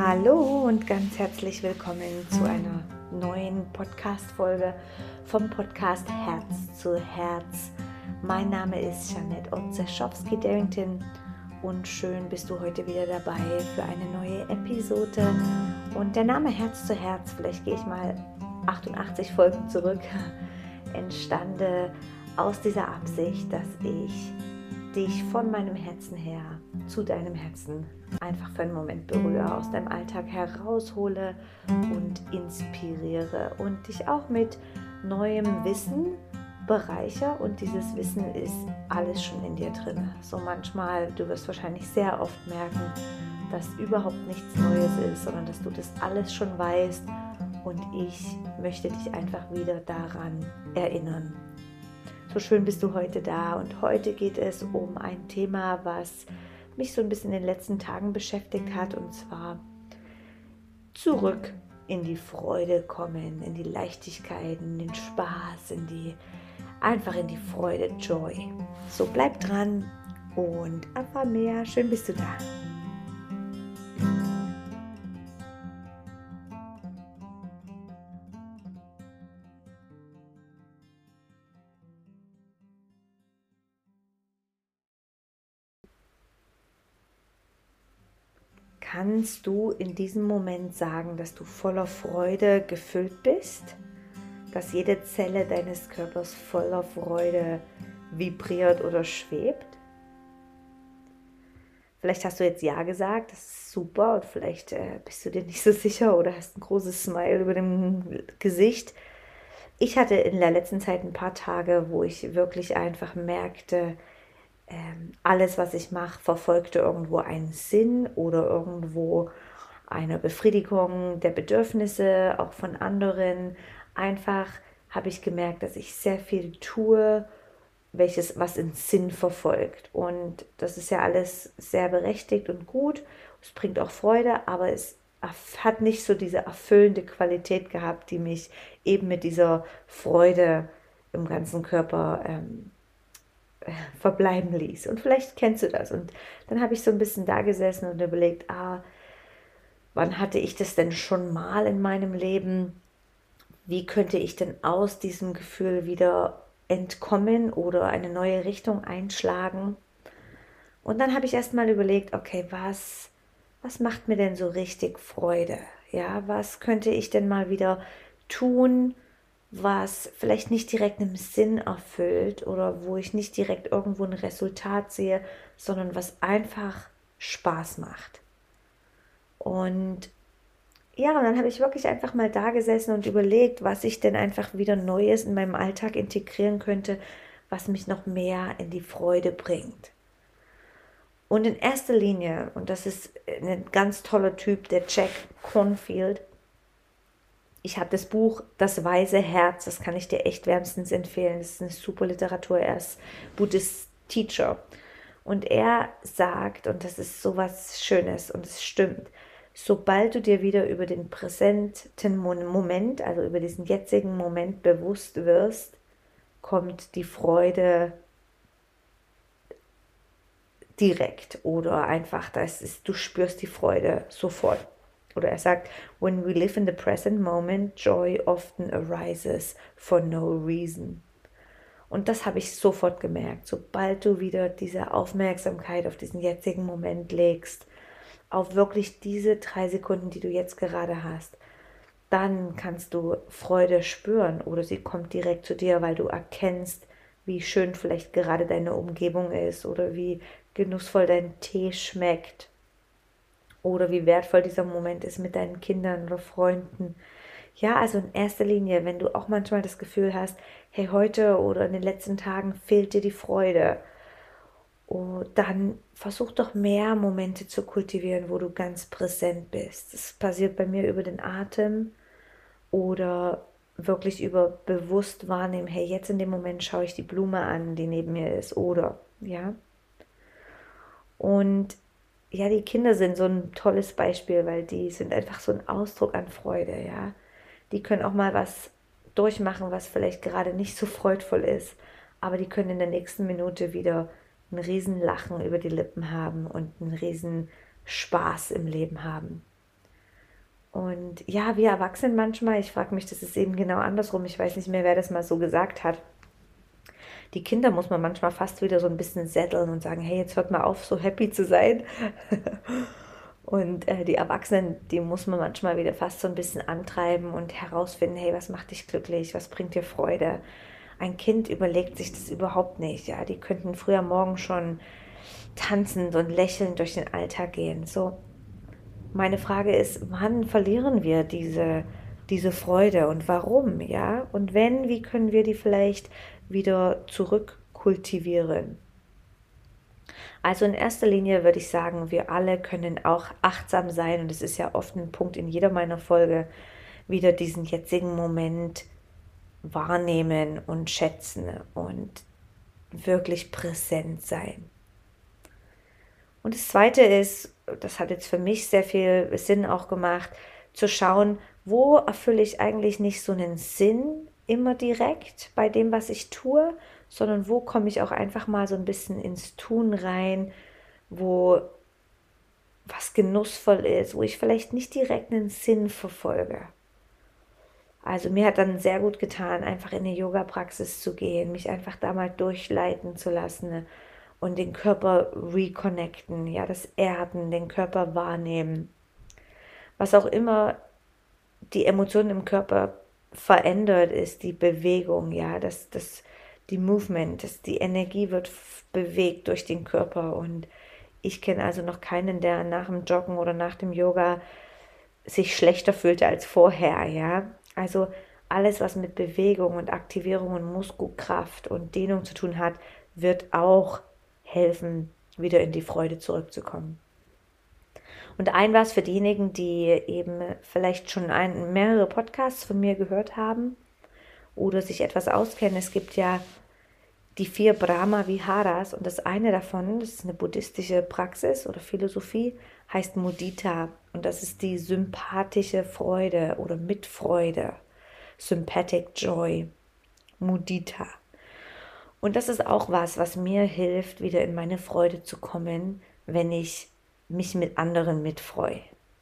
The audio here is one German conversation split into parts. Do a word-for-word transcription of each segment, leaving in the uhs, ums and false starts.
Hallo und ganz herzlich willkommen zu einer neuen Podcast-Folge vom Podcast Herz zu Herz. Mein Name ist Jeanette Otzeschowski-Darrington und schön bist du heute wieder dabei für eine neue Episode. Und der Name Herz zu Herz, vielleicht gehe ich mal achtundachtzig Folgen zurück, entstande aus dieser Absicht, dass ich dich von meinem Herzen her zu deinem Herzen einfach für einen Moment berühre, aus deinem Alltag heraushole und inspiriere und dich auch mit neuem Wissen bereichere. Und dieses Wissen ist alles schon in dir drin. So manchmal, du wirst wahrscheinlich sehr oft merken, dass überhaupt nichts Neues ist, sondern dass du das alles schon weißt. Und ich möchte dich einfach wieder daran erinnern. So schön bist du heute da und heute geht es um ein Thema, was mich so ein bisschen in den letzten Tagen beschäftigt hat, und zwar zurück in die Freude kommen, in die Leichtigkeit, in den Spaß, in die, einfach in die Freude, Joy. So bleib dran und erfahr mehr. Schön bist du da. Kannst du in diesem Moment sagen, dass du voller Freude gefüllt bist? Dass jede Zelle deines Körpers voller Freude vibriert oder schwebt? Vielleicht hast du jetzt Ja gesagt, das ist super, und vielleicht äh, bist du dir nicht so sicher oder hast ein großes Smile über dem Gesicht. Ich hatte in der letzten Zeit ein paar Tage, wo ich wirklich einfach merkte, ähm, alles, was ich mache, verfolgte irgendwo einen Sinn oder irgendwo eine Befriedigung der Bedürfnisse, auch von anderen. Einfach habe ich gemerkt, dass ich sehr viel tue, welches was in Sinn verfolgt. Und das ist ja alles sehr berechtigt und gut. Es bringt auch Freude, aber es hat nicht so diese erfüllende Qualität gehabt, die mich eben mit dieser Freude im ganzen Körper ähm, verbleiben ließ. Und vielleicht kennst du das. Und dann habe ich so ein bisschen da gesessen und überlegt, ah, wann hatte ich das denn schon mal in meinem Leben? Wie könnte ich denn aus diesem Gefühl wieder entkommen oder eine neue Richtung einschlagen? Und dann habe ich erst mal überlegt, okay, was, was macht mir denn so richtig Freude? Ja, was könnte ich denn mal wieder tun, was vielleicht nicht direkt einen Sinn erfüllt oder wo ich nicht direkt irgendwo ein Resultat sehe, sondern was einfach Spaß macht. Und ja, und dann habe ich wirklich einfach mal da gesessen und überlegt, was ich denn einfach wieder Neues in meinem Alltag integrieren könnte, was mich noch mehr in die Freude bringt. Und in erster Linie, und das ist ein ganz toller Typ, der Jack Kornfield, ich habe das Buch Das Weise Herz, das kann ich dir echt wärmstens empfehlen. Das ist eine super Literatur, er ist Buddhist Teacher. Und er sagt, und das ist so was Schönes und es stimmt, sobald du dir wieder über den präsenten Moment, also über diesen jetzigen Moment bewusst wirst, kommt die Freude direkt oder einfach, das ist, du spürst die Freude sofort. Oder er sagt, when we live in the present moment, joy often arises for no reason. Und das habe ich sofort gemerkt. Sobald du wieder diese Aufmerksamkeit auf diesen jetzigen Moment legst, auf wirklich diese drei Sekunden, die du jetzt gerade hast, dann kannst du Freude spüren oder sie kommt direkt zu dir, weil du erkennst, wie schön vielleicht gerade deine Umgebung ist oder wie genussvoll dein Tee schmeckt oder wie wertvoll dieser Moment ist mit deinen Kindern oder Freunden. Ja, also in erster Linie, wenn du auch manchmal das Gefühl hast, hey, heute oder in den letzten Tagen fehlt dir die Freude, oh, dann versuch doch mehr Momente zu kultivieren, wo du ganz präsent bist. Das passiert bei mir über den Atem oder wirklich über bewusst wahrnehmen, hey, jetzt in dem Moment schaue ich die Blume an, die neben mir ist, oder, ja. Und ja, die Kinder sind so ein tolles Beispiel, weil die sind einfach so ein Ausdruck an Freude, ja. Die können auch mal was durchmachen, was vielleicht gerade nicht so freudvoll ist, aber die können in der nächsten Minute wieder einen riesen Lachen über die Lippen haben und einen riesen Spaß im Leben haben. Und ja, wir Erwachsenen manchmal, ich frage mich, das ist eben genau andersrum, ich weiß nicht mehr, wer das mal so gesagt hat. Die Kinder muss man manchmal fast wieder so ein bisschen sätteln und sagen, hey, jetzt hört mal auf, so happy zu sein. Und äh, die Erwachsenen, die muss man manchmal wieder fast so ein bisschen antreiben und herausfinden, hey, was macht dich glücklich, was bringt dir Freude? Ein Kind überlegt sich das überhaupt nicht, ja. Die könnten früher morgen schon tanzend und lächelnd durch den Alltag gehen. So, meine Frage ist, wann verlieren wir diese, diese Freude und warum, ja? Und wenn, wie können wir die vielleicht wieder zurückkultivieren? Also in erster Linie würde ich sagen, wir alle können auch achtsam sein und es ist ja oft ein Punkt in jeder meiner Folge, wieder diesen jetzigen Moment wahrnehmen und schätzen und wirklich präsent sein. Und das Zweite ist, das hat jetzt für mich sehr viel Sinn auch gemacht, zu schauen, wo erfülle ich eigentlich nicht so einen Sinn immer direkt bei dem, was ich tue, sondern wo komme ich auch einfach mal so ein bisschen ins Tun rein, wo was genussvoll ist, wo ich vielleicht nicht direkt einen Sinn verfolge. Also mir hat dann sehr gut getan, einfach in eine Yoga-Praxis zu gehen, mich einfach da mal durchleiten zu lassen und den Körper reconnecten, ja, das Erden, den Körper wahrnehmen. Was auch immer die Emotionen im Körper verändert, ist die Bewegung, ja, das, das, die Movement, das, die Energie wird bewegt durch den Körper und ich kenne also noch keinen, der nach dem Joggen oder nach dem Yoga sich schlechter fühlte als vorher, ja. Also alles, was mit Bewegung und Aktivierung und Muskelkraft und Dehnung zu tun hat, wird auch helfen, wieder in die Freude zurückzukommen. Und ein was für diejenigen, die eben vielleicht schon ein, mehrere Podcasts von mir gehört haben oder sich etwas auskennen. Es gibt ja die vier Brahma Viharas und das eine davon, das ist eine buddhistische Praxis oder Philosophie, heißt Mudita und das ist die sympathische Freude oder Mitfreude, Sympathetic Joy, Mudita. Und das ist auch was, was mir hilft, wieder in meine Freude zu kommen, wenn ich mich mit anderen mitfreue.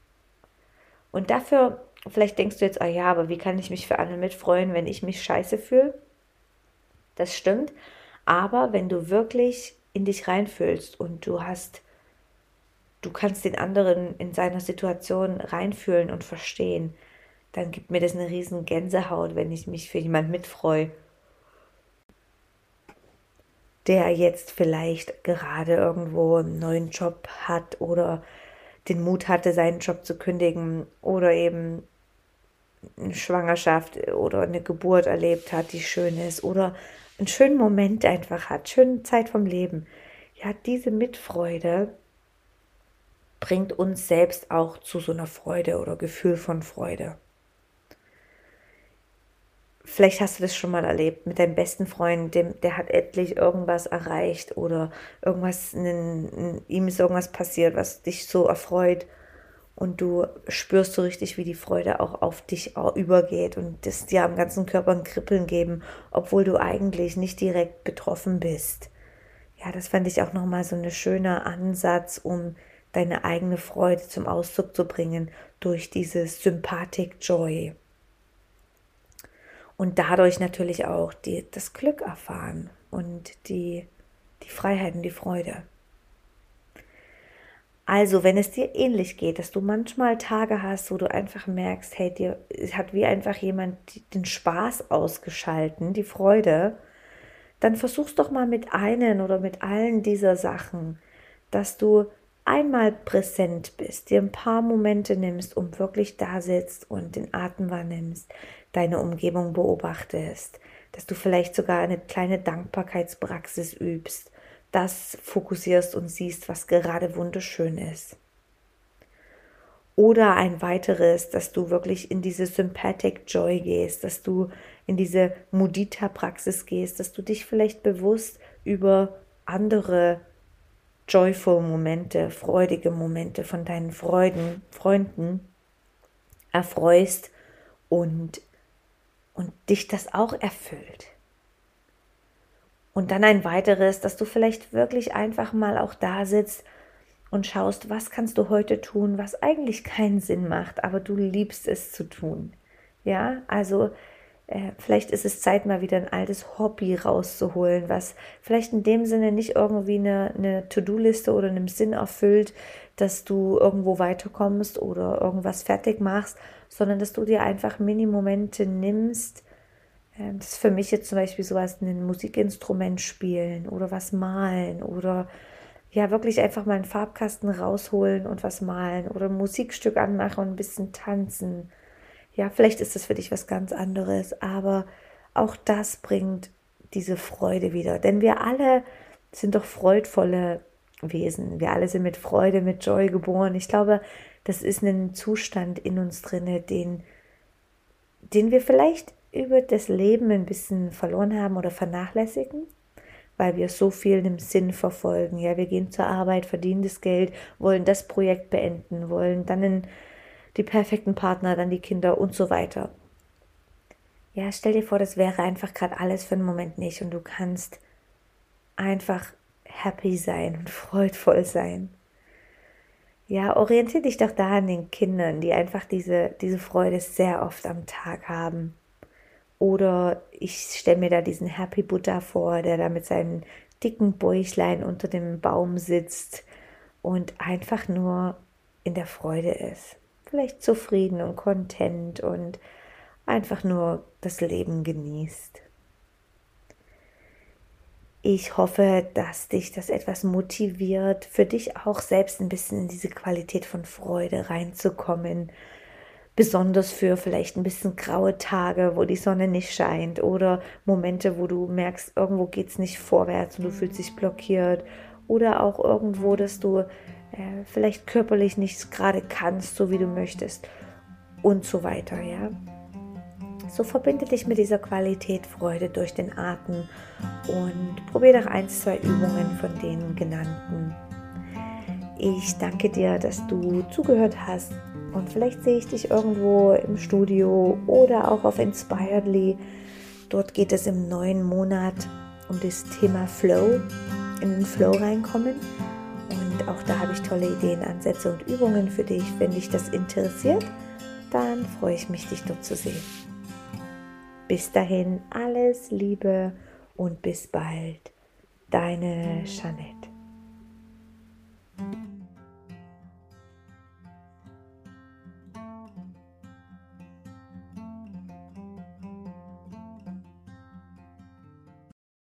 Und dafür, vielleicht denkst du jetzt, ah ja, aber wie kann ich mich für andere mitfreuen, wenn ich mich scheiße fühle? Das stimmt, aber wenn du wirklich in dich reinfühlst und du hast, du kannst den anderen in seiner Situation reinfühlen und verstehen, dann gibt mir das eine riesen Gänsehaut, wenn ich mich für jemanden mitfreue, der jetzt vielleicht gerade irgendwo einen neuen Job hat oder den Mut hatte, seinen Job zu kündigen oder eben eine Schwangerschaft oder eine Geburt erlebt hat, die schön ist oder einen schönen Moment einfach hat, schöne Zeit vom Leben. Ja, diese Mitfreude bringt uns selbst auch zu so einer Freude oder Gefühl von Freude. Vielleicht hast du das schon mal erlebt mit deinem besten Freund, dem, der hat endlich irgendwas erreicht oder irgendwas, n, ihm ist irgendwas passiert, was dich so erfreut und du spürst so richtig, wie die Freude auch auf dich übergeht und das dir am ganzen Körper ein Kribbeln geben, obwohl du eigentlich nicht direkt betroffen bist. Ja, das fand ich auch nochmal so ein schöner Ansatz, um deine eigene Freude zum Ausdruck zu bringen durch dieses Sympathetic Joy. Und dadurch natürlich auch die, das Glück erfahren und die, die Freiheit und die Freude. Also, wenn es dir ähnlich geht, dass du manchmal Tage hast, wo du einfach merkst, hey, dir hat wie einfach jemand den Spaß ausgeschalten, die Freude, dann versuch's doch mal mit einen oder mit allen dieser Sachen, dass du einmal präsent bist, dir ein paar Momente nimmst, um wirklich da sitzt und den Atem wahrnimmst, deine Umgebung beobachtest, dass du vielleicht sogar eine kleine Dankbarkeitspraxis übst, das fokussierst und siehst, was gerade wunderschön ist. Oder ein weiteres, dass du wirklich in diese Sympathetic Joy gehst, dass du in diese Mudita-Praxis gehst, dass du dich vielleicht bewusst über andere joyful Momente, freudige Momente von deinen Freuden, Freunden erfreust und, und dich das auch erfüllt. Und dann ein weiteres, dass du vielleicht wirklich einfach mal auch da sitzt und schaust, was kannst du heute tun, was eigentlich keinen Sinn macht, aber du liebst es zu tun. Ja, also äh, vielleicht ist es Zeit, mal wieder ein altes Hobby rauszuholen, was vielleicht in dem Sinne nicht irgendwie eine, eine To-Do-Liste oder einen Sinn erfüllt, dass du irgendwo weiterkommst oder irgendwas fertig machst, sondern dass du dir einfach Mini-Momente nimmst. Ähm, das ist für mich jetzt zum Beispiel sowas, ein Musikinstrument spielen oder was malen oder ja, wirklich einfach mal einen Farbkasten rausholen und was malen oder ein Musikstück anmachen und ein bisschen tanzen. Ja, vielleicht ist das für dich was ganz anderes, aber auch das bringt diese Freude wieder. Denn wir alle sind doch freudvolle Wesen. Wir alle sind mit Freude, mit Joy geboren. Ich glaube, das ist ein Zustand in uns drinne, den, den wir vielleicht über das Leben ein bisschen verloren haben oder vernachlässigen, weil wir so viel im Sinn verfolgen. Ja, wir gehen zur Arbeit, verdienen das Geld, wollen das Projekt beenden, wollen dann in die perfekten Partner, dann die Kinder und so weiter. Ja, stell dir vor, das wäre einfach gerade alles für einen Moment nicht und du kannst einfach happy sein und freudvoll sein. Ja, orientiere dich doch da an den Kindern, die einfach diese, diese Freude sehr oft am Tag haben. Oder ich stelle mir da diesen Happy Buddha vor, der da mit seinen dicken Bäuchlein unter dem Baum sitzt und einfach nur in der Freude ist. Vielleicht zufrieden und content und einfach nur das Leben genießt. Ich hoffe, dass dich das etwas motiviert, für dich auch selbst ein bisschen in diese Qualität von Freude reinzukommen. Besonders für vielleicht ein bisschen graue Tage, wo die Sonne nicht scheint oder Momente, wo du merkst, irgendwo geht es nicht vorwärts und du fühlst dich blockiert. Oder auch irgendwo, dass du äh, vielleicht körperlich nicht gerade kannst, so wie du möchtest und so weiter, ja. So verbinde dich mit dieser Qualität Freude durch den Atem und probiere doch eins, zwei Übungen von den genannten. Ich danke dir, dass du zugehört hast und vielleicht sehe ich dich irgendwo im Studio oder auch auf Inspiredly. Dort geht es im neuen Monat um das Thema Flow, in den Flow reinkommen. Und auch da habe ich tolle Ideen, Ansätze und Übungen für dich. Wenn dich das interessiert, dann freue ich mich, dich dort zu sehen. Bis dahin alles Liebe und bis bald, deine Jeanette.